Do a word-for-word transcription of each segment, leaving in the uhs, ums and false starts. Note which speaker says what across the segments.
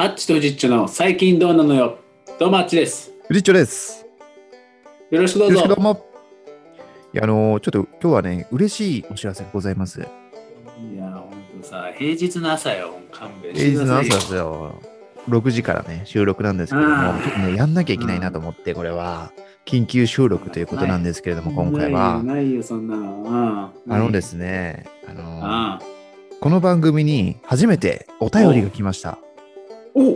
Speaker 1: あっちとじっちの最近どうなのよ。どうもあっちです。
Speaker 2: フリッチョです。
Speaker 1: よろしくどうぞ。
Speaker 2: よろしくどうも。いや、あのーちょっと今日はね、嬉しいお知らせがございます。
Speaker 1: いや、ほんとさ、平日の朝よ。勘弁して
Speaker 2: 平日の
Speaker 1: くださいよ。
Speaker 2: 朝ですよ。ろくじからね、収録なんですけども、ちょっとね、やんなきゃいけないなと思って、これは、緊急収録ということなんですけれども、今
Speaker 1: ないよ、
Speaker 2: 回は、
Speaker 1: ないよ、そんなの。うん、ないよ。
Speaker 2: あのですね、あのー
Speaker 1: ああ、
Speaker 2: この番組に初めてお便りが来ました。
Speaker 1: お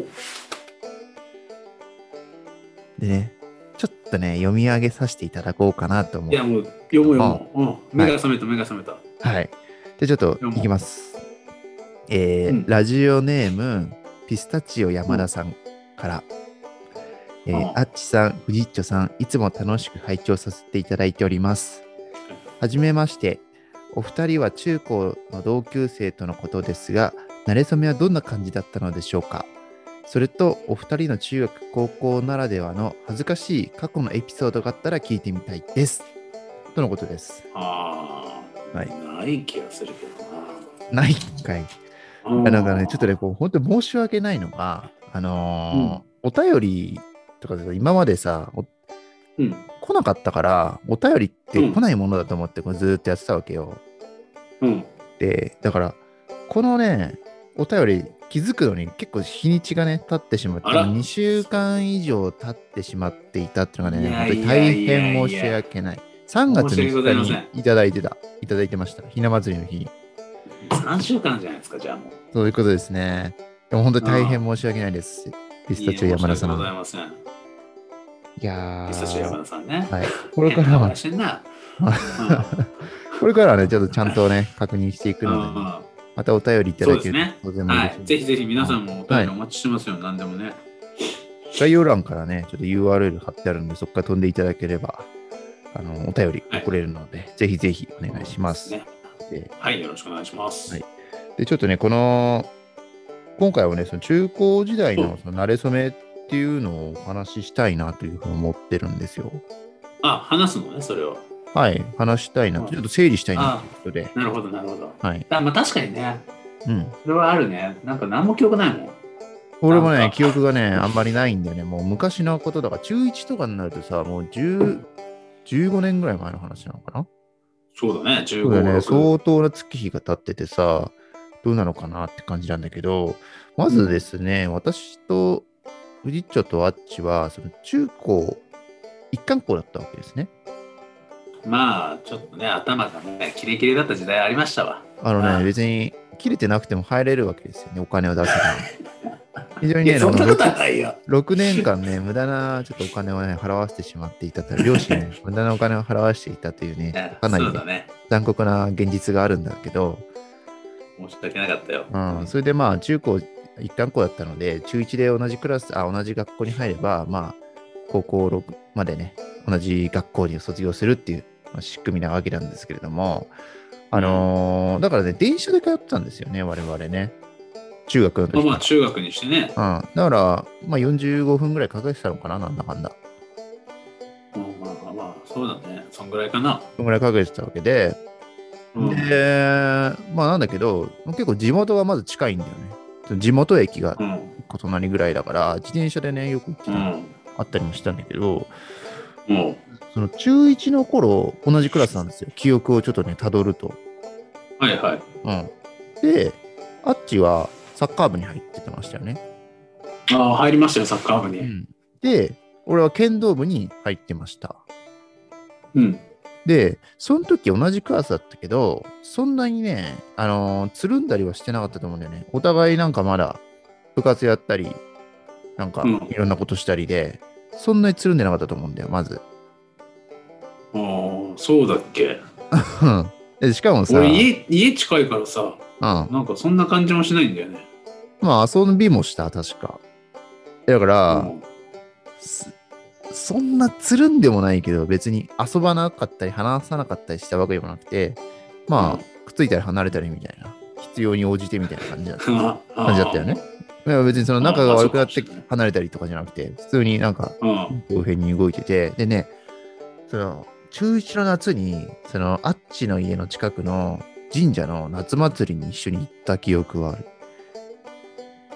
Speaker 2: でね、ちょっとね、読み上げさせていただこうかなと思う
Speaker 1: いや、もう、
Speaker 2: け
Speaker 1: 読む読
Speaker 2: ども、
Speaker 1: む。うん、目
Speaker 2: はい、
Speaker 1: が覚めた、目が覚めた。
Speaker 2: はい。で、ちょっと
Speaker 1: 読む。
Speaker 2: いきます。えー
Speaker 1: うん、
Speaker 2: ラジオネーム、ピスタチオ山
Speaker 1: うん、
Speaker 2: 田さんから、えー、
Speaker 1: うん。
Speaker 2: あっちさん、フジッチョさん、いつも楽しく拝聴させていただいております。はじめまして。お二人は中高の同級生とのことですが、馴れ初めはどんな感じだったのでしょうか。それと、お二人の中学、高校ならではの恥ずかしい過去のエピソードがあったら聞いてみたいです。とのことです。
Speaker 1: あ
Speaker 2: はい。
Speaker 1: あ、ない気がするけど
Speaker 2: ないんかい。い
Speaker 1: な。
Speaker 2: や、なんかね、ちょっとね、
Speaker 1: あ
Speaker 2: こう、本当に申し訳ないのが、あ
Speaker 1: うん、
Speaker 2: のーお便りとかで今までさ、お
Speaker 1: うん、
Speaker 2: 来なかったから、お便りって
Speaker 1: うん、
Speaker 2: 来ないものだと思ってこうずーっとやってたわけよ。
Speaker 1: うん。
Speaker 2: で、だから、このね、お便り気づくのに結構日にちがね、経ってしまって、もう
Speaker 1: あら、
Speaker 2: にしゅうかん以上経ってしまっていたっていうのがね、本
Speaker 1: いや
Speaker 2: 当に
Speaker 1: いやい
Speaker 2: 大変
Speaker 1: やいや、
Speaker 2: 申し訳ない。3月3
Speaker 1: 申し訳ござ
Speaker 2: 日に
Speaker 1: いません。
Speaker 2: いただいてた、いただいてました。ひな祭りの日に。
Speaker 1: さんしゅうかんじゃないですか、じゃあもう。
Speaker 2: そういうことですね。でも本当に大変
Speaker 1: あ
Speaker 2: 申し訳ないです。ピス
Speaker 1: いいえ、
Speaker 2: タチオ
Speaker 1: 申し訳ござ
Speaker 2: 山田さん。
Speaker 1: いません。
Speaker 2: いや
Speaker 1: ピスタチオ山
Speaker 2: ー、
Speaker 1: 田さんね。
Speaker 2: はい。これか
Speaker 1: 変な名前
Speaker 2: らは、
Speaker 1: してんな。うん。
Speaker 2: これからはね、ちょっとちゃんとね、確認していく
Speaker 1: う
Speaker 2: のでね、
Speaker 1: ん。
Speaker 2: またお便りいただけると
Speaker 1: そうですね。
Speaker 2: 当然も
Speaker 1: はい。
Speaker 2: 嬉しいんです
Speaker 1: ぜひぜひ
Speaker 2: けども、
Speaker 1: 皆さんもお便
Speaker 2: はい。
Speaker 1: りお待ちしてますよ。何でもね。
Speaker 2: 概要欄からね、ちょっと ユーアールエル 貼ってあるので、そこから飛んでいただければ、あの、お便り
Speaker 1: はい。
Speaker 2: 送れるので、ぜひぜひお願いします。
Speaker 1: そうですね。
Speaker 2: で、
Speaker 1: はい。よろしくお願いしま
Speaker 2: はい。
Speaker 1: す。
Speaker 2: で、ちょっとね、この、今回はね、その中高時代
Speaker 1: そう。
Speaker 2: のその馴れ初めっていうのをお話ししたいなというふうに思ってるんですよ。
Speaker 1: あ、話すのね、それを。
Speaker 2: はい、話したいなと、ちょっ
Speaker 1: うん。
Speaker 2: と整理したいなと
Speaker 1: あ、
Speaker 2: いうことで、
Speaker 1: なるほど、なるほど。
Speaker 2: はい。
Speaker 1: あ、まあ確かにね。
Speaker 2: うん。
Speaker 1: それはあるね。なんか何も記憶ないもん。
Speaker 2: 俺もね、
Speaker 1: なんか、
Speaker 2: 記憶がね、あんまりないんだよね。もう昔のことだから、中いちとかになるとさ、もうじゅう、じゅうごねんぐらい前の話なのかな。
Speaker 1: そうだね。15、
Speaker 2: そうだよね。
Speaker 1: ろく。
Speaker 2: 相当な月日が経っててさ、どうなのかなって感じなんだけど、まずで
Speaker 1: うん。
Speaker 2: すね、私とウジッチョとアッチは、その中高一貫校だったわけですね。
Speaker 1: まあ、ちょっとね、頭がね、キレキレだった時代ありましたわ。
Speaker 2: あのね、
Speaker 1: ああ
Speaker 2: 別に切れてなくても入れるわけですよね。お金を出せば。非常に
Speaker 1: いや、
Speaker 2: ね、あの
Speaker 1: そんなことは
Speaker 2: 6、
Speaker 1: ないよ。
Speaker 2: ろくねんかんね、無駄なちょっとお金をね、払わせてしまっていたと、両親に無駄なお金を払わせていたというね、
Speaker 1: いや、
Speaker 2: かなりね、
Speaker 1: そうだね。
Speaker 2: 残酷な現実があるんだけど、
Speaker 1: 申し訳なかったよ。
Speaker 2: うん、それでまあ、中高一貫校だったので、中いちで同じクラス、あ、同じ学校に入れば、まあ、高校ろくまでね、同じ学校に卒業するっていう、まあ、仕組みなわけなんですけれども、あのーだからね、電車で通ってたんですよね、我々ね。中学の
Speaker 1: まあまあ、
Speaker 2: 時か
Speaker 1: 中学にしてね。
Speaker 2: ら。うん。だから、まあよんじゅうごふんぐらいかかってたのかな、なんだかんだ。
Speaker 1: うん、まあまあまあ、そうだね。そんぐらいかな。
Speaker 2: そんぐらいかけてたわけで、
Speaker 1: うん。
Speaker 2: で、まあなんだけど、結構地元がまず近いんだよね。地元駅が
Speaker 1: うん。
Speaker 2: 隣ぐらいだから、自転車でね、よく行ってたの
Speaker 1: うん。
Speaker 2: あったりもしたんだけど、
Speaker 1: もう、
Speaker 2: その中いちの頃、同じクラスなんですよ。記憶をちょっとね、たどると。
Speaker 1: はいはい。
Speaker 2: うん。で、あっちはサッカー部に入ってましたよね。
Speaker 1: ああ、入りましたよ、サッカー部に。
Speaker 2: うん。で、俺は剣道部に入ってました。
Speaker 1: うん。
Speaker 2: で、その時同じクラスだったけど、そんなにね、あのーつるんだりはしてなかったと思うんだよね。お互いなんかまだ部活やったり、なんか
Speaker 1: うん。
Speaker 2: いろんなことしたりで、そんなにつるんでなかったと思うんだよ、まず。
Speaker 1: ああ、そうだっけ。
Speaker 2: うんでしかも
Speaker 1: 俺、
Speaker 2: さ、
Speaker 1: 家、家近いからさ、
Speaker 2: うん、
Speaker 1: なんかそんな感じもしないんだよね。
Speaker 2: まあ遊びもした、確か。だから、
Speaker 1: うん。
Speaker 2: すそんなつるんでもないけど、別に遊ばなかったり話さなかったりしたわけでもなくて、まあ、くっついたり離れたりみたいな、必要に応じてみたいな感じだった
Speaker 1: ああ、
Speaker 2: 感じだったよね。いや別にその
Speaker 1: あ
Speaker 2: 仲が
Speaker 1: あ、そう
Speaker 2: 悪くなって
Speaker 1: かもしれない。
Speaker 2: 離れたりとかじゃなくて、普通になんか、
Speaker 1: うん。
Speaker 2: 公平に動いてて、でね、その、中いちの夏に、その、あっちの家の近くの神社の夏祭りに一緒に行った記憶はある。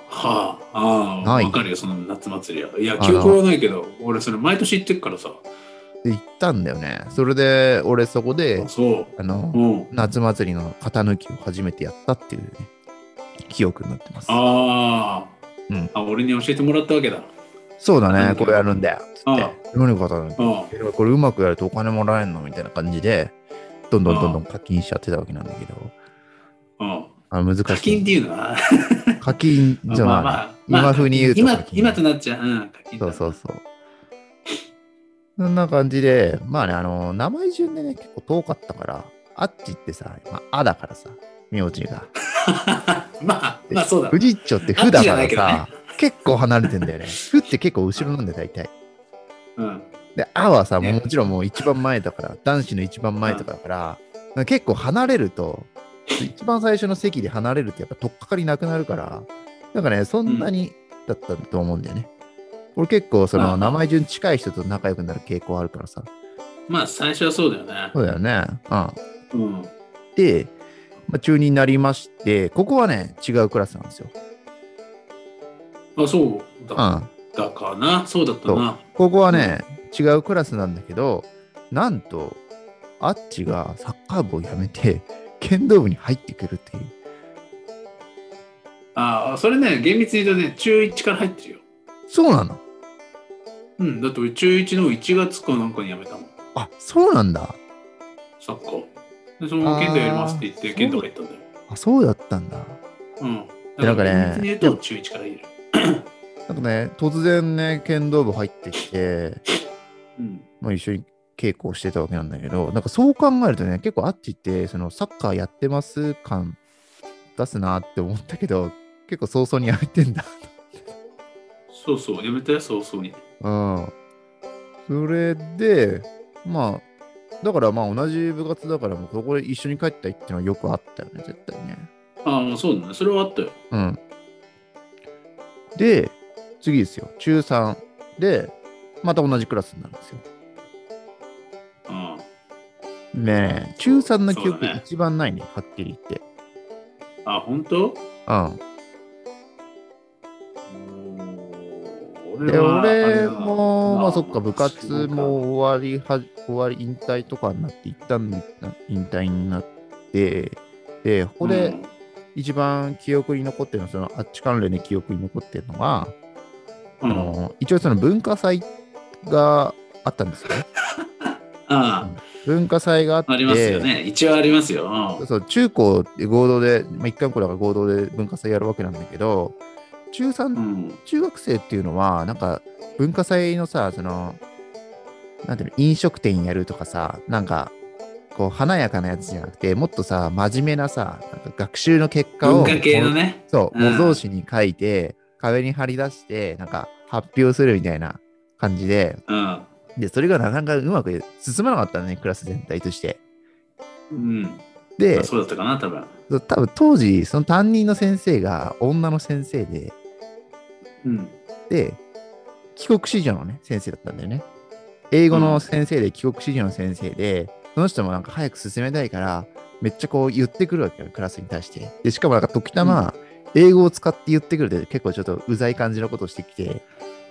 Speaker 1: はあ、ああ、
Speaker 2: ない
Speaker 1: わかるよ、その夏祭りは。いや、
Speaker 2: あの
Speaker 1: 記憶はないけど、俺、それ毎年行ってっからさ。
Speaker 2: で行ったんだよね。それで、俺そこで
Speaker 1: あ、、そ
Speaker 2: あの、
Speaker 1: う。うん。
Speaker 2: 夏祭りの型抜きを初めてやったっていうね、記憶になってます。
Speaker 1: あ
Speaker 2: うん。
Speaker 1: あ、あ、俺に教えてもらったわけだ。
Speaker 2: そうだね、
Speaker 1: 型抜きを
Speaker 2: これやるんだよ。つって。
Speaker 1: ああ、
Speaker 2: 何型抜き
Speaker 1: あ
Speaker 2: えこれうまくやるとお金もらえんのみたいな感じで、どんどんどんどん課金しちゃってたわけなんだけど、
Speaker 1: あ、
Speaker 2: あ難しい。
Speaker 1: 課金っていうのは
Speaker 2: 課金
Speaker 1: まあ
Speaker 2: じゃまあね、
Speaker 1: まあまあ、まあ、
Speaker 2: 今風に言うと
Speaker 1: 今
Speaker 2: 課、金。
Speaker 1: 今となっちゃう、うん、課金だな。
Speaker 2: そうそうそう。そんな感じで、まあね、あの、名前順でね、結構遠かったから、あっちってさ、まあ、あだからさ、名字が。
Speaker 1: まあ、
Speaker 2: で
Speaker 1: まあそうだ。
Speaker 2: 富士っちょって
Speaker 1: あっちじゃ
Speaker 2: ふだか
Speaker 1: ないけどね。
Speaker 2: らさ、結構離れてんだよね。ふって結構後ろなんだよ、大体。
Speaker 1: うん。
Speaker 2: で、あはさ、もう
Speaker 1: ね。
Speaker 2: もちろんもう一番前だから、男子の一番前とかだから、結構離れると、一番最初の席で離れるとやっぱ取っかかりなくなるから、なんかね、そんなにだったと思うんだよね。俺結構そ
Speaker 1: まあまあ
Speaker 2: の名前順近い人と仲良くなる傾向あるからさ。
Speaker 1: まあ、最初はそうだよね。
Speaker 2: そうだよね。うん。
Speaker 1: うん。
Speaker 2: で、まあ、中になりまして、ここはね、違うクラスなんですよ。
Speaker 1: あ、そうだ
Speaker 2: うん。
Speaker 1: ったかな。そうだった
Speaker 2: そう
Speaker 1: な。
Speaker 2: ここはね、違うクラスなんだけど、なんと、あっちがサッカー部を辞めて、剣道部に入ってくるっていう。
Speaker 1: ああ、それね、厳密に言うとね、中いちから入ってるよ。
Speaker 2: そうなの？
Speaker 1: うん、だって俺中いちのいちがつかなんかに辞めたもん。
Speaker 2: あ、そうなんだ。
Speaker 1: サッカー。で、そのまま剣道やりますって言って、
Speaker 2: あー
Speaker 1: 剣道入ったんだよ。
Speaker 2: あ、そうだったんだ。
Speaker 1: うん。
Speaker 2: でなんかね
Speaker 1: だから厳密に言うと中いちからいる。
Speaker 2: なんかね、突然ね、剣道部入ってきて、
Speaker 1: うん。
Speaker 2: まあ、一緒に稽古をしてたわけなんだけど、なんかそう考えるとね、結構あっちってそのサッカーやってます感出すなって思ったけど、結構早々にやめてんだ。
Speaker 1: そうそう、辞めたよ、早々に。
Speaker 2: うん。それで、まあ、だからまあ同じ部活だからもうそこで一緒に帰ったりっていうのはよくあったよね、絶対ね。
Speaker 1: ああ、そうだね。それはあったよ。
Speaker 2: うん。で、次ですよ。中さんで、また同じクラスになるんですよ。
Speaker 1: うん。
Speaker 2: ねえ、中さんの記憶
Speaker 1: そうだね
Speaker 2: 一番ないね、はっきり言って。
Speaker 1: あ、本当？
Speaker 2: うん。
Speaker 1: 俺
Speaker 2: で、
Speaker 1: はあれ
Speaker 2: 俺
Speaker 1: だな
Speaker 2: も、まあそっか、
Speaker 1: まあ
Speaker 2: 部活も終わりは、終わり、引退とかになって、一旦引退になって、で、ここで一番記憶に残ってるのは、そのあっち関連で記憶に残ってるのは、
Speaker 1: うん、
Speaker 2: あの、一応その文化祭があったんですよね。
Speaker 1: あ
Speaker 2: 文化祭があっ
Speaker 1: あ、ありますよ
Speaker 2: て、
Speaker 1: ね。一応ありますよ。うん
Speaker 2: そう、中高で合同で、まあ、一貫校だから合同で文化祭やるわけなんだけど、中さん、
Speaker 1: うん。
Speaker 2: 中学生っていうのは、なんか文化祭のさ、その、なんていうの、飲食店やるとかさ、なんか、こう、華やかなやつじゃなくて、もっとさ、真面目なさ、なんか学習の結果を、
Speaker 1: 文化系のね。
Speaker 2: そう、
Speaker 1: うん
Speaker 2: 模造紙に書いて、壁に貼り出して、なんか発表するみたいな感じで、
Speaker 1: うん。
Speaker 2: で、それがなかなかうまく進まなかったね、クラス全体として。
Speaker 1: うん。ま
Speaker 2: で
Speaker 1: あ、、そうだったかな、多分。
Speaker 2: 多分当時、その担任の先生が女の先生で、
Speaker 1: うん。
Speaker 2: で、帰国子女のね、先生だったんだよね。英語の先生で帰国子女の先生で、その人もなんか早く進めたいから、めっちゃこう言ってくるわけよ、クラスに対して。で、しかもなんか時たま、英語を使って言ってくるで結構ちょっとうざい感じのことをしてきて、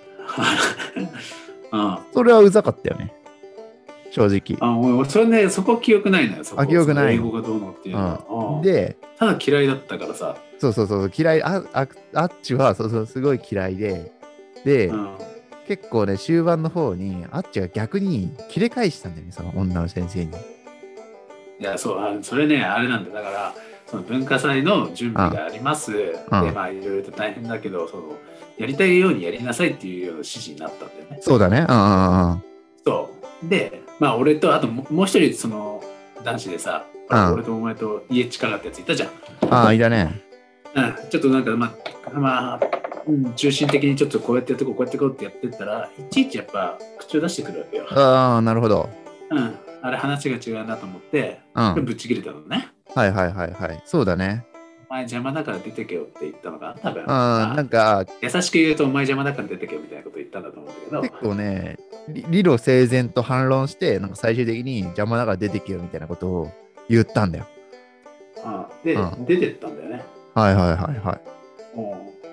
Speaker 1: あ
Speaker 2: それはうざかったよね。正直。
Speaker 1: あ、俺、それね、そこ記憶ないのよ。そこ
Speaker 2: あ記憶ない
Speaker 1: 英語がどうのっていうのは。うん
Speaker 2: うん、で、
Speaker 1: ただ嫌いだったからさ。
Speaker 2: そうそうそう、嫌い、あああっちはそうそうすごい嫌いで、で、
Speaker 1: うん。
Speaker 2: 結構ね、終盤の方に、あっちが逆に切れ返したんだよね、その女の先生に。
Speaker 1: いや、そう、あそれね、あれなんだ。だから、その文化祭の準備があります。で、まあ、いろいろと大変だけど、その、やりたいようにやりなさいっていうような指示になったんだよね。
Speaker 2: そうだね。うんうんうん。
Speaker 1: そう。で、まあ、俺と、あとももう一人、その、男子でさ、
Speaker 2: うん
Speaker 1: 俺とお前と家近かったやついたじゃん。
Speaker 2: ああ、いたね。
Speaker 1: うん、ちょっとなんか、まあ、まあ、うん中心的にちょっとこうやってやってこう、こうやってこうってやってったら、いちいちやっぱ口を出してくるわけよ。
Speaker 2: ああ、なるほど。
Speaker 1: うん。あれ話が違うなと思って、
Speaker 2: うん。
Speaker 1: ぶっちぎれたのね。
Speaker 2: はいはいはいはい。そうだね。
Speaker 1: お前邪魔だから出てけよって言ったのかな、多分。
Speaker 2: うん、
Speaker 1: まあ
Speaker 2: なんか、
Speaker 1: 優しく言うとお前邪魔だから出てけよみたいなこと言ったんだと思うんだけど。
Speaker 2: 結構ね、理理路整然と反論して、なんか最終的に邪魔だから出てけよみたいなことを言ったんだよ。
Speaker 1: うん、で、
Speaker 2: うん
Speaker 1: 出てったんだよね。
Speaker 2: はいはいはいはい。
Speaker 1: うん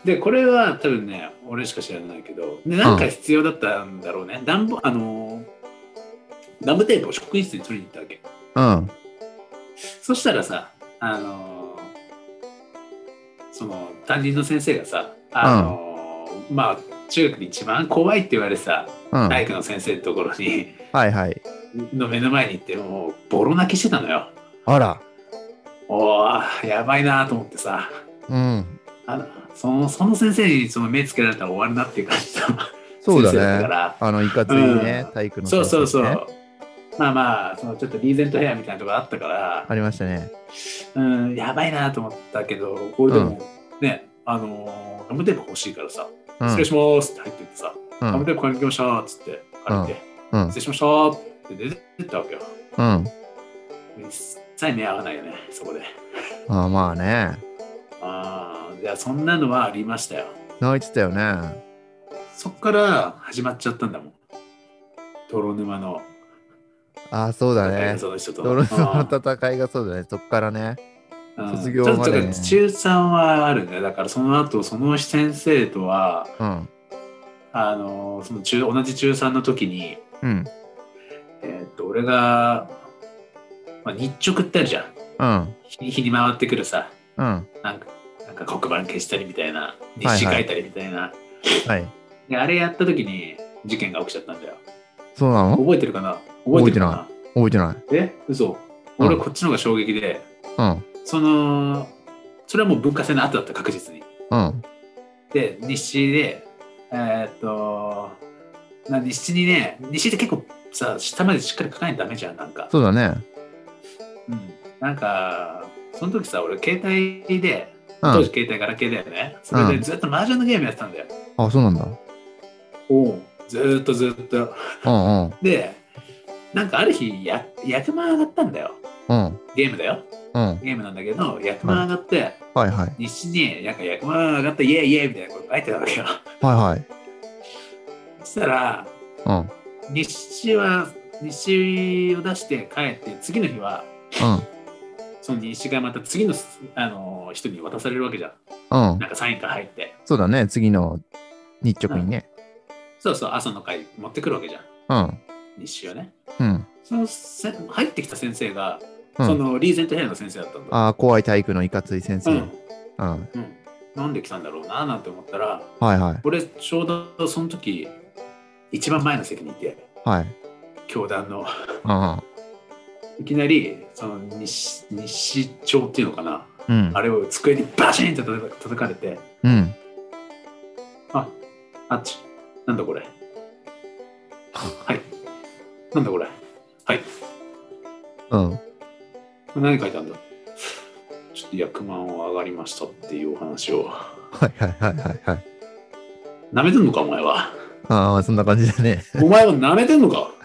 Speaker 1: でこれは多分ね俺しか知らないけど、でなんか必要だったんだろうね、うん、暖房あのガムテープを職員室に取りに行ったわけ。
Speaker 2: うん。
Speaker 1: そしたらさ、あのー、その担任の先生がさ、あのーうん、まあ中学で一番怖いって言われてさ、うん、体育の先生のところに、
Speaker 2: はいはい、
Speaker 1: の目の前に行ってもうボロ泣きしてたのよ。
Speaker 2: あら。
Speaker 1: おーやばいなと思ってさ、
Speaker 2: うん、
Speaker 1: あのそのその先生にその目つけられたら終わるなっていう感じの
Speaker 2: そうだね、
Speaker 1: 先生だから、
Speaker 2: あのいかついね、うん、体育の先生、ね、
Speaker 1: そうそうそう。まあまあそのちょっとリーゼントヘアみたいなところあったから
Speaker 2: ありましたね。
Speaker 1: うんやばいなと思ったけど、これでもね、うん、あのガムテープ欲しいからさ、うん、失礼しますって入ってってさ、うん、ガムテープ借りてきましたっつって借りて、うん、失礼しましたって出てったわけよ。うん。一切目合わないよねそこで。
Speaker 2: ああまあね。
Speaker 1: ああいやそんなのはありましたよ。
Speaker 2: 泣いてたよね。
Speaker 1: そっから始まっちゃったんだもん。泥沼の。
Speaker 2: ああそうだね。
Speaker 1: その人と
Speaker 2: 泥沼の戦いがそうだね。そっからね。卒業まで、ね。
Speaker 1: ちょっと中さんはあるね。だからその後その先生とは、うん、あのその中同じ中さんの時に、うん、えー、っと俺が、まあ、日直ってあるじゃん。うん、日, 日に回ってくるさ、うん、なんかなんか黒板消したりみたいな、日誌書いたりみたいな。はいはい、であれやった時に事件が起きちゃったんだよ。
Speaker 2: そうなの？
Speaker 1: 覚えてるかな？覚えてるかな？
Speaker 2: 覚えてない。
Speaker 1: え？嘘。俺こっちの方が衝撃で、うん、そのそれはもう文化祭の後だった確実に。うん、で日誌でえー、っとな日誌にね、日誌って結構さ下までしっかり書かないとダメじゃんなんか。
Speaker 2: そうだね。
Speaker 1: うん。なんかその時さ俺携帯で、うん、当時携帯ガラケーだよね。それでずっと麻雀のゲームやってたんだよ。
Speaker 2: うん、あそうなんだ。
Speaker 1: おおずーっとずーっと。うんうん、でなんかある日や役満上がったんだよ。うん、ゲームだよ。うん、ゲームなんだけど役満上がって、はいはいはい、日誌になんか役満上がったイエイイエイみたいなこと書いてたわけよ。はいはい。そしたら、うん、日誌は日誌を出して帰って次の日は、うん、その日誌がまた次の、あの人に渡されるわけじゃん。うん、なんかサインが入って。
Speaker 2: そうだね、次の日直にね。
Speaker 1: うん、そうそう朝の会持ってくるわけじゃん。うん、日誌をね。うん、そのせ入ってきた先生が、うん、そのリーゼントヘアの先生だったんだ。
Speaker 2: ああ怖い体育のいかつい先生。うん。
Speaker 1: うんうん、なんで来たんだろうななんて思ったら、はいはい、俺ちょうどその時一番前の席にいて、はい、教団のいきなりその日日誌帳っていうのかな、うん、あれを机にバシーンと叩かれて、うん、ああっちなんだこれはいなんだこれはいうん何書いてあるんだちょっと役満を上がりましたっていうお話を。
Speaker 2: はいはいはいはいはい。
Speaker 1: 舐めてんのかお前は。
Speaker 2: ああそんな感じだね。
Speaker 1: お前は舐めてんのか。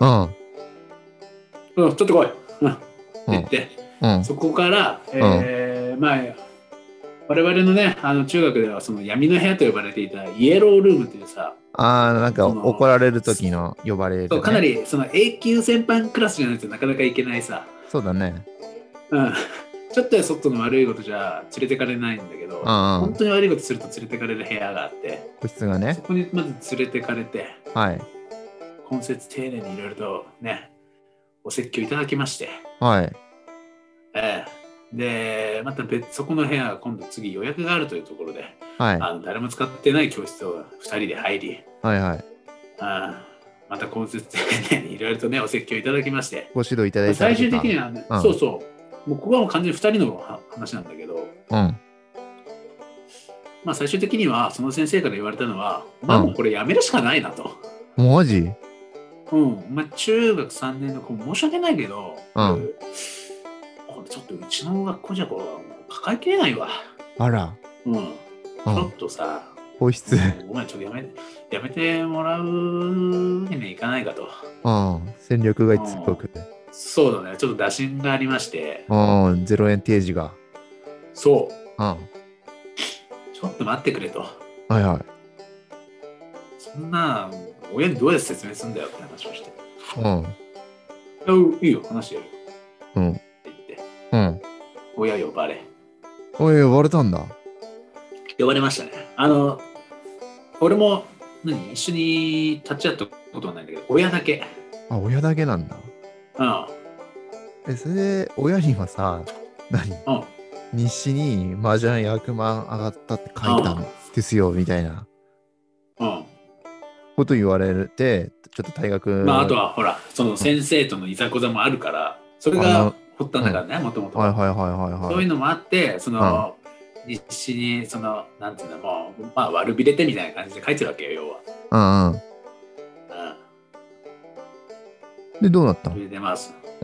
Speaker 1: うん。うんちょっと来い。うん。って言って、うん、そこから、えーうん、まあ我々のねあの中学ではその闇の部屋と呼ばれていたイエロールームっていうさ。
Speaker 2: ああなんか怒られる時の呼ばれる、ね。
Speaker 1: そうかなりその A 級先輩クラスじゃないとなかなかいけないさ。
Speaker 2: そうだね。
Speaker 1: うん。ちょっとやそっとの悪いことじゃ連れてかれないんだけど、うんうん、本当に悪いことすると連れてかれる部屋があって
Speaker 2: 個室がね
Speaker 1: そこにまず連れてかれて、はい、今節丁寧にいろいろとねお説教いただきまして、はい、えー、でまた別そこの部屋が今度次予約があるというところで、はい、あの誰も使ってない教室をふたりで入り、はいはい、あまた今節丁寧にいろいろとねお説教いただきまして
Speaker 2: ご指導いただいた
Speaker 1: 最終的にはね、うん、そうそうもうここはもう完全にふたりの話なんだけど、うん、まあ最終的にはその先生から言われたのは、うん、まあもうこれやめるしかないなと。
Speaker 2: マジ？
Speaker 1: うん、まあ中学さんねんの子申し訳ないけど、うん、これちょっとうちの学校じゃこう抱えきれないわ。
Speaker 2: あら。
Speaker 1: うん。ちょっとさ、
Speaker 2: 放出。
Speaker 1: ごめんちょっとやめやめてもらうわけにはいかないかと。
Speaker 2: うん。戦力外通告で。
Speaker 1: そうだね、ちょっと打診がありまして。
Speaker 2: うん、ゼロえん提示が。
Speaker 1: そう。うん。ちょっと待ってくれと。
Speaker 2: はいはい。
Speaker 1: そんな、親にどうやって説明するんだよって話をして。うん。いいよ、話やるよ。うん。って言って。うん。親呼ばれ。
Speaker 2: おい、呼ばれたんだ。
Speaker 1: 呼ばれましたね。 あの、俺も何一緒に立ち会ったことはないんだけど、親だけ。
Speaker 2: あ、親だけなんだ。
Speaker 1: うん。
Speaker 2: え、それで、親にはさ、何、うん、日誌に麻雀ひゃくまん上がったって書いたんですよ、うん、みたいな。うん。こと言われて、ちょっと大学。
Speaker 1: まあ、あとは、ほら、その先生とのいざこざもあるから、それが発端だからね、もともと。はいはいはいはいはい。そういうのもあって、その、うん、日誌に、その、なんていうの、もう、まあ、悪びれてみたいな感じで書いてるわけよ、要は。うんうん。うん。
Speaker 2: で、どうなったの？
Speaker 1: 出ます。うん。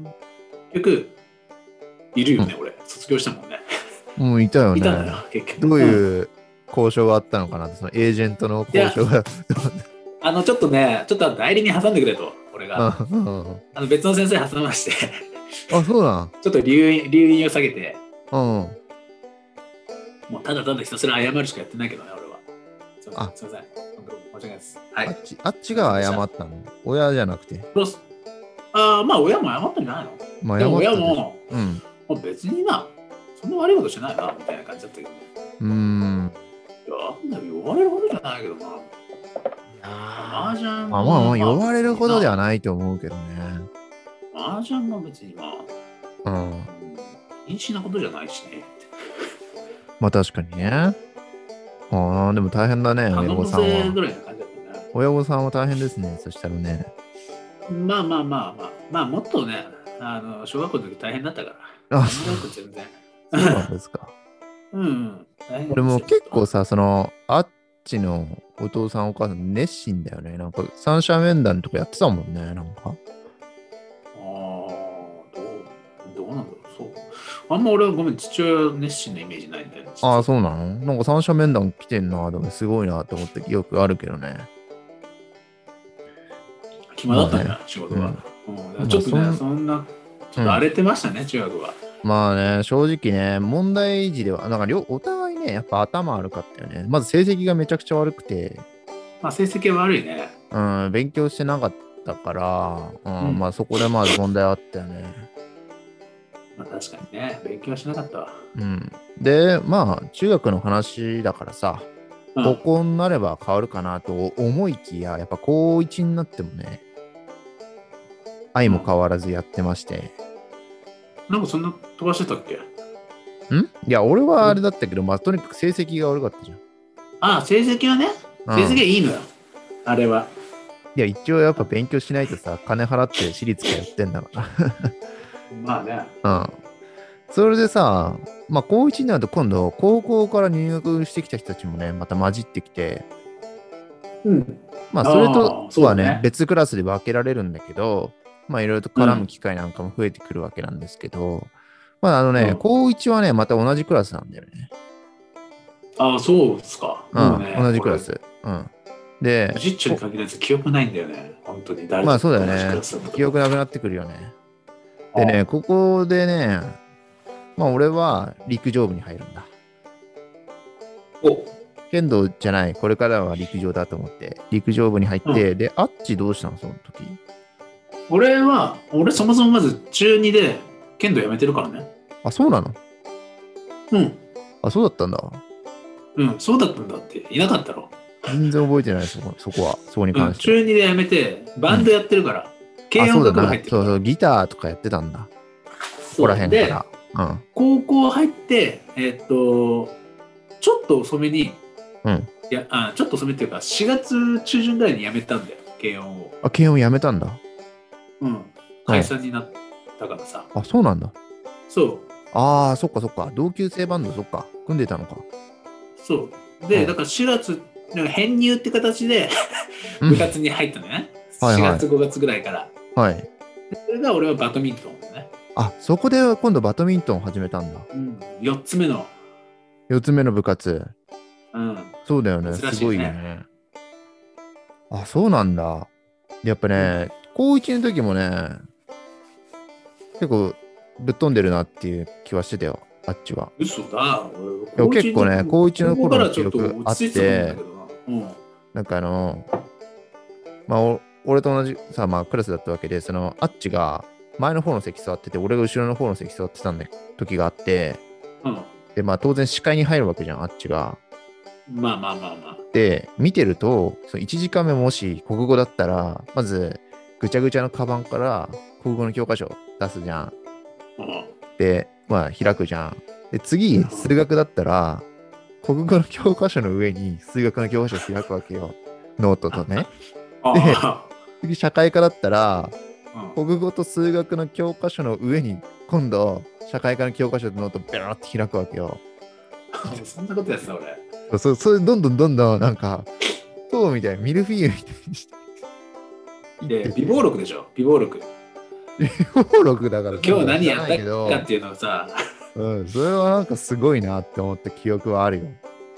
Speaker 1: 結局、いるよね、うん、俺。卒業したもんね。
Speaker 2: もういたよね。
Speaker 1: いたのよ、結局。
Speaker 2: どういう交渉があったのかなって、そのエージェントの交渉が。
Speaker 1: あの、ちょっとね、ちょっと代理に挟んでくれと、俺が。あの別の先生挟まして。
Speaker 2: あ、そうなん。
Speaker 1: ちょっと留飲、留飲を下げて。うん。もうただただひたすら謝るしかやってないけどね、俺は。すみません。申し訳ないです。はい。
Speaker 2: あっち、あっちが謝ったの？親じゃなくて。
Speaker 1: ああ、まあ親も謝ったんじゃないの？まあ、でも親も、うん、もう別にな、そんな悪いことしてないな、みたいな感じだったけどね。うーん。いや、呼ばれるほどじゃないけどな。麻雀
Speaker 2: も。まあまあまあ、呼ばれるほどではないと思うけどね。
Speaker 1: 麻雀も別にまあ、うん。禁止なことじゃないしね。
Speaker 2: まあ確かにね。ああ、でも大変だね、親御さんは。ぐらいな感じだったね。親御さんは大変ですね、そしたらね。
Speaker 1: まあまあまあまあ、まあもっとね、あの小学校の時大変だったから。
Speaker 2: あ、そう全然。そうなんですか。うん、うん。俺も結構さ、その、あっちのお父さんお母さん熱心だよね。なんか三者面談とかやってたもんね、なんか。ああ、
Speaker 1: どう、どうなんだろう、そう。あんま俺はごめん、父親熱心なイメージないんだよね。
Speaker 2: ああ、そうなの？なんか三者面談来てんな、でもすごいなと思ってよくあるけどね。
Speaker 1: 暇だったんだ、ね、仕事が。うんうん、ちょっとね、まあ、そんな、ちょっと荒れてましたね、うん、中学は。
Speaker 2: まあね、正直ね、問題児では、なんか両お互いね、やっぱ頭悪かったよね。まず成績がめちゃくちゃ悪くて。
Speaker 1: まあ成績は悪いね。
Speaker 2: うん、勉強してなかったから、うん、うん、まあそこでまず問題あったよね。
Speaker 1: まあ確かにね、勉強しなかったわ。
Speaker 2: うん。で、まあ中学の話だからさ、高校になれば変わるかなと思いきや、やっぱ高いちになってもね、愛も変わらずやってまして。
Speaker 1: うん、なんかそんな飛ばしてたっけ？
Speaker 2: ん？いや、俺はあれだったけど、まあとにかく成績が悪かったじゃん。
Speaker 1: ああ、成績はね、成績はいいのよ、うん、あれは。
Speaker 2: いや、一応やっぱ勉強しないとさ、金払って私立通ってんだから。
Speaker 1: まあね。
Speaker 2: うん。それでさ、まあ高いちになると今度、高校から入学してきた人たちもね、また混じってきて、うん。まあそれとはね、ね別クラスで分けられるんだけど、まあいろいろと絡む機会なんかも増えてくるわけなんですけど、うん、まああのね、うん、高いちはね、また同じクラスなんだよね。
Speaker 1: ああ、そうですか。
Speaker 2: うん、ね、同じクラス。うん。で、
Speaker 1: じっちょに限らず記憶ないんだよね。本当に誰
Speaker 2: まあそうだよね。記憶なくなってくるよね。でね、ここでね、まあ俺は陸上部に入るんだ。お剣道じゃない、これからは陸上だと思って、陸上部に入って、うん、で、あっちどうしたのその時。
Speaker 1: 俺は、俺そもそもまず中にで剣道やめてるからね。
Speaker 2: あ、そうなの？
Speaker 1: うん。
Speaker 2: あ、そうだったんだ。
Speaker 1: うん、そうだったんだって、いなかったろ。
Speaker 2: 全然覚えてない、そこ、そこは、そこに関して、
Speaker 1: うん。中にでやめて、バンドやってるから、うん、軽音楽部入ってるから。
Speaker 2: そうそう、ギターとかやってたんだ。ここら辺から。うん、
Speaker 1: 高校入って、えー、っと、ちょっと遅めに、うん、いやあ、ちょっと遅めっていうか、しがつ中旬ぐらいに辞めたんだよ、軽音を。
Speaker 2: あ、軽音辞めたんだ。
Speaker 1: うん。解散になったからさ。
Speaker 2: あ、そうなんだ。
Speaker 1: そう。
Speaker 2: ああ、そっかそっか。同級生バンド、そっか。組んでたのか。
Speaker 1: そう。で、うん、だからしがつ、編入って形で部活に入ったのね。うん、しがつ、ごがつぐらいから。はい。それが俺はバドミントンだね。
Speaker 2: あ、そこで今度バドミントンを始めたんだ。
Speaker 1: うん。よっつめの。
Speaker 2: よっつめの部活。
Speaker 1: うん。
Speaker 2: そうだよね。すごいよね。あ、そうなんだ。やっぱね、高いちの時もね、結構ぶっ飛んでるなっていう気はしてたよ、あっちは。
Speaker 1: 嘘だ。
Speaker 2: 結構ね、高いちの頃の記憶あって、うん、なんかあの、まあ、俺と同じさ、まあ、クラスだったわけで、その、あっちが前の方の席座ってて、俺が後ろの方の席座ってたんだ時があって、うん、で、まあ当然視界に入るわけじゃん、あっちが。
Speaker 1: まあまあまあまあ。
Speaker 2: で、見てると、そのいちじかんめもし国語だったら、まず、ぐちゃぐちゃのカバンから国語の教科書出すじゃん。
Speaker 1: うん、
Speaker 2: で、まあ、開くじゃん。で、次、数学だったら、国語の教科書の上に数学の教科書を開くわけよ。ノートとね。で、次、社会科だったら、うん、国語と数学の教科書の上に、今度、社会科の教科書とノートをベロって開くわけよ。
Speaker 1: そんなことやってた、俺。
Speaker 2: そう、それどんどんどんどん、なんか、そうみたいな、ミルフィーユみたいにして。
Speaker 1: で、微暴録でしょ、微暴録。
Speaker 2: 微暴録だから。
Speaker 1: 今日何やったかっていうのをさ。
Speaker 2: うん、それはなんかすごいなって思った記憶はあるよ。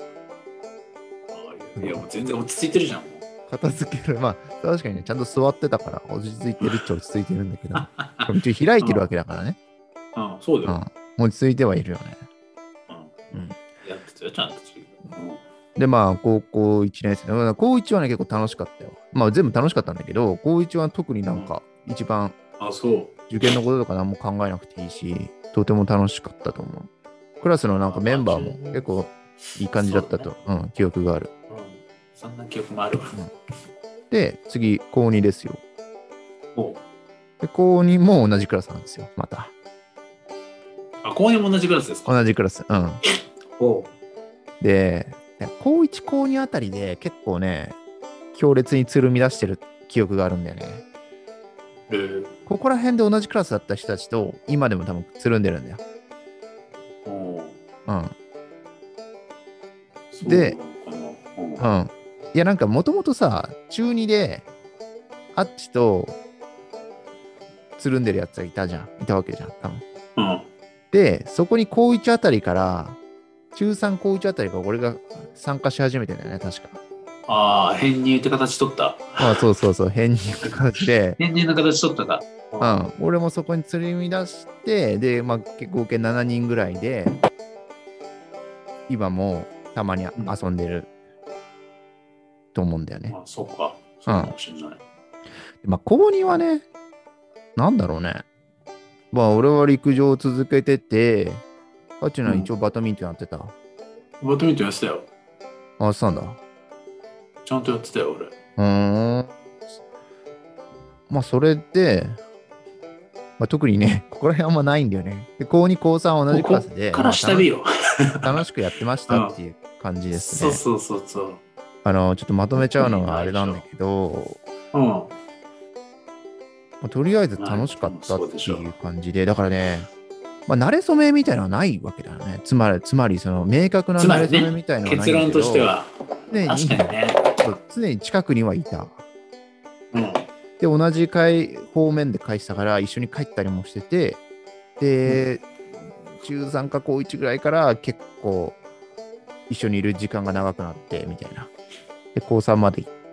Speaker 1: いや、もう全然落ち着いてるじゃん。
Speaker 2: 片付ける。まあ、確かにね、ちゃんと座ってたから落ち着いてるっちゃ落ち着いてるんだけど、一応開いてるわけだからね。
Speaker 1: うん、うん、そうだよ、
Speaker 2: うん。落ち着いてはいるよね。
Speaker 1: うん。うん、やってたよ、ちゃんと。
Speaker 2: うん、で、まあ、高校いちねん生で、高いちはね、結構楽しかったよ。まあ、全部楽しかったんだけど、高いちは特になんか、一番、
Speaker 1: うん、あ、そう。
Speaker 2: 受験のこととか何も考えなくていいし、とても楽しかったと思う。クラスのなんかメンバーも結構いい感じだったと、うね、うん、記憶がある。
Speaker 1: うん、そんな記憶もあるわ。うん、
Speaker 2: で、次、高にですよ。
Speaker 1: お
Speaker 2: で、高にも同じクラスなんですよ、また。
Speaker 1: あ、高にも同じクラスですか？
Speaker 2: 同じクラス。うん。
Speaker 1: お
Speaker 2: で、高いち、高にあたりで結構ね、強烈につるみ出してる記憶があるんだよね。
Speaker 1: えー、
Speaker 2: ここら辺で同じクラスだった人たちと今でも多分つるんでるんだよ。
Speaker 1: お
Speaker 2: うん。で、うん。いやなんかもともとさ、中にであっちとつるんでるやつがいたじゃん。いたわけじゃん、多分。
Speaker 1: うん。
Speaker 2: で、そこに高いちあたりから、中さん高いちあたりから俺が参加し始めてんだよね、確か。
Speaker 1: ああ、編入って形取った。
Speaker 2: ああ、そうそうそう、編入って形で。
Speaker 1: 編入の形取ったか。
Speaker 2: うん。俺もそこにつりみ出して、で、まあ、合計しちにんぐらいで、今もたまに遊んでる、うん、と思うんだよね。
Speaker 1: ああ、そうか。そうかもしれない。うん、
Speaker 2: まあ、高にはね、なんだろうね。まあ、俺は陸上を続けてて、ハチは一応バドミントンやってた。
Speaker 1: うん、バドミントンやってたよ。
Speaker 2: ああ、そうなんだ。
Speaker 1: ちゃんとやってたよ、俺。
Speaker 2: うーん。まあ、それで、まあ、特にね、ここら辺あんまないんだよね。で、高に、高さん同じクラスで、
Speaker 1: こっから下見よ。
Speaker 2: 楽しくやってましたっていう感じですね。
Speaker 1: そうそうそうそう。
Speaker 2: あの、ちょっとまとめちゃうのがあれなんだけど、うん。まあ、とりあえず楽しかったっていう感じで、だからね、まあ、慣れ初めみたいなのはないわけだよね。つまり、つまりその明確な慣れ初めみたいなのはないんだけど、
Speaker 1: ね、結論としては。
Speaker 2: 常に、
Speaker 1: 確かにね、
Speaker 2: 常に近くにはいた。
Speaker 1: うん。
Speaker 2: で、同じ階方面で帰ってたから、一緒に帰ったりもしてて、で、うん、中さんか高いちぐらいから結構一緒にいる時間が長くなって、みたいな。で、高さんまで行って、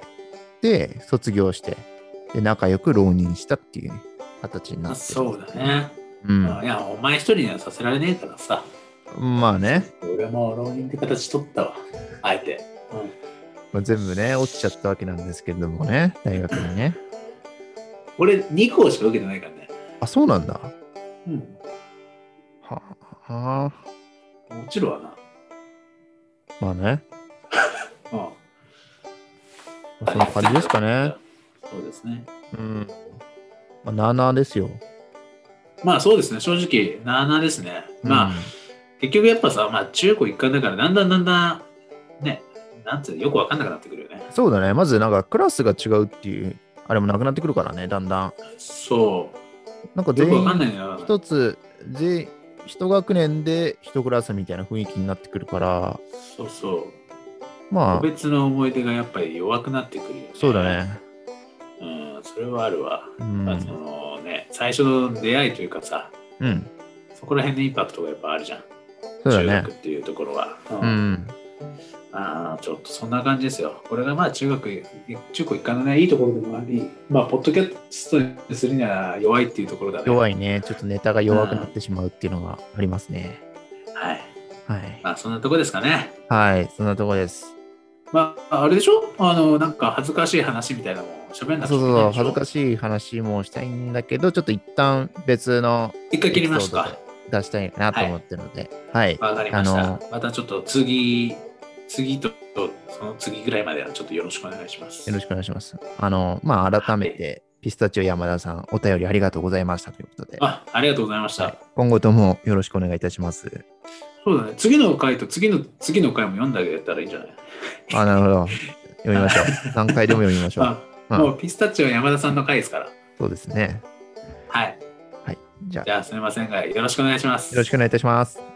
Speaker 2: で、卒業して、で、仲良く浪人したっていう、ね、形になってる。
Speaker 1: そうだね。
Speaker 2: うん。
Speaker 1: いや、お前一人にはさせられねえからさ。
Speaker 2: まあね。
Speaker 1: 俺も浪人って形取ったわ。あえて。うん、
Speaker 2: まあ、全部ね、落ちちゃったわけなんですけれどもね、大学にね。
Speaker 1: 俺に校しか受けてないからね。
Speaker 2: あ、そうなんだ。
Speaker 1: うん。
Speaker 2: はあ。
Speaker 1: もちろんはな。
Speaker 2: まあね。
Speaker 1: うん。
Speaker 2: まあ、そんな感じですかね。
Speaker 1: そうですね。
Speaker 2: うん。まあ、なあなあですよ。
Speaker 1: まあそうですね、正直、なあなあですね。まあ、うん、結局やっぱさ、まあ中高一貫だから、だんだんだんだん、ね、なんつうの、よくわかんなくなってくるよね。
Speaker 2: そうだね。まずなんかクラスが違うっていう、あれもなくなってくるからね、だんだん。
Speaker 1: そう。
Speaker 2: なんか全員一つ、全一学年で一クラスみたいな雰囲気になってくるから。
Speaker 1: そうそう。
Speaker 2: まあ。
Speaker 1: 個別の思い出がやっぱり弱くなってくるよね。
Speaker 2: そうだね。
Speaker 1: うん、それはあるわ。うん、まあ、そのね、最初の出会いというかさ、
Speaker 2: うん、
Speaker 1: そこら辺のインパクトがやっぱあるじゃん。
Speaker 2: そうだね。
Speaker 1: 中学っていうところは。
Speaker 2: うん。うん、
Speaker 1: あちょっとそんな感じですよ。これがまあ中学、中高一貫のね、いいところでもあり、まあ、ポッドキャストにするには弱いっていうところだね。
Speaker 2: 弱いね。ちょっとネタが弱くなってしまうっていうのがありますね。
Speaker 1: はい。
Speaker 2: はい。
Speaker 1: まあ、そんなとこですかね。
Speaker 2: はい、そんなとこです。
Speaker 1: まあ、あれでしょあの、なんか恥ずかしい話みたいなのも喋んなくていいでしょ。そうそう、
Speaker 2: 恥ずかしい話もしたいんだけど、ちょっと一旦別の
Speaker 1: 一回切りますか。
Speaker 2: 出したいなと思ってるので。はい。
Speaker 1: わ、はい、かりました。またちょっと次、 次とその次ぐらいまではちょっとよろしくお願いします。
Speaker 2: よろしくお願いします。あの、まあ、改めて、ピスタチオ山田さん、お便りありがとうございましたということで。
Speaker 1: あ、ありがとうございました。はい、
Speaker 2: 今後ともよろしくお願いいたします。
Speaker 1: そうだね。次の回と次の次の回も読んであげたらいいんじゃない？
Speaker 2: あ、なるほど。読みましょう。何回でも読みましょう。あ
Speaker 1: あもうピスタチオ山田さんの回ですから。
Speaker 2: そうですね。
Speaker 1: はい。
Speaker 2: はい。
Speaker 1: じゃあ、じゃあすみませんが、よろしくお願いします。
Speaker 2: よろしくお願いいたします。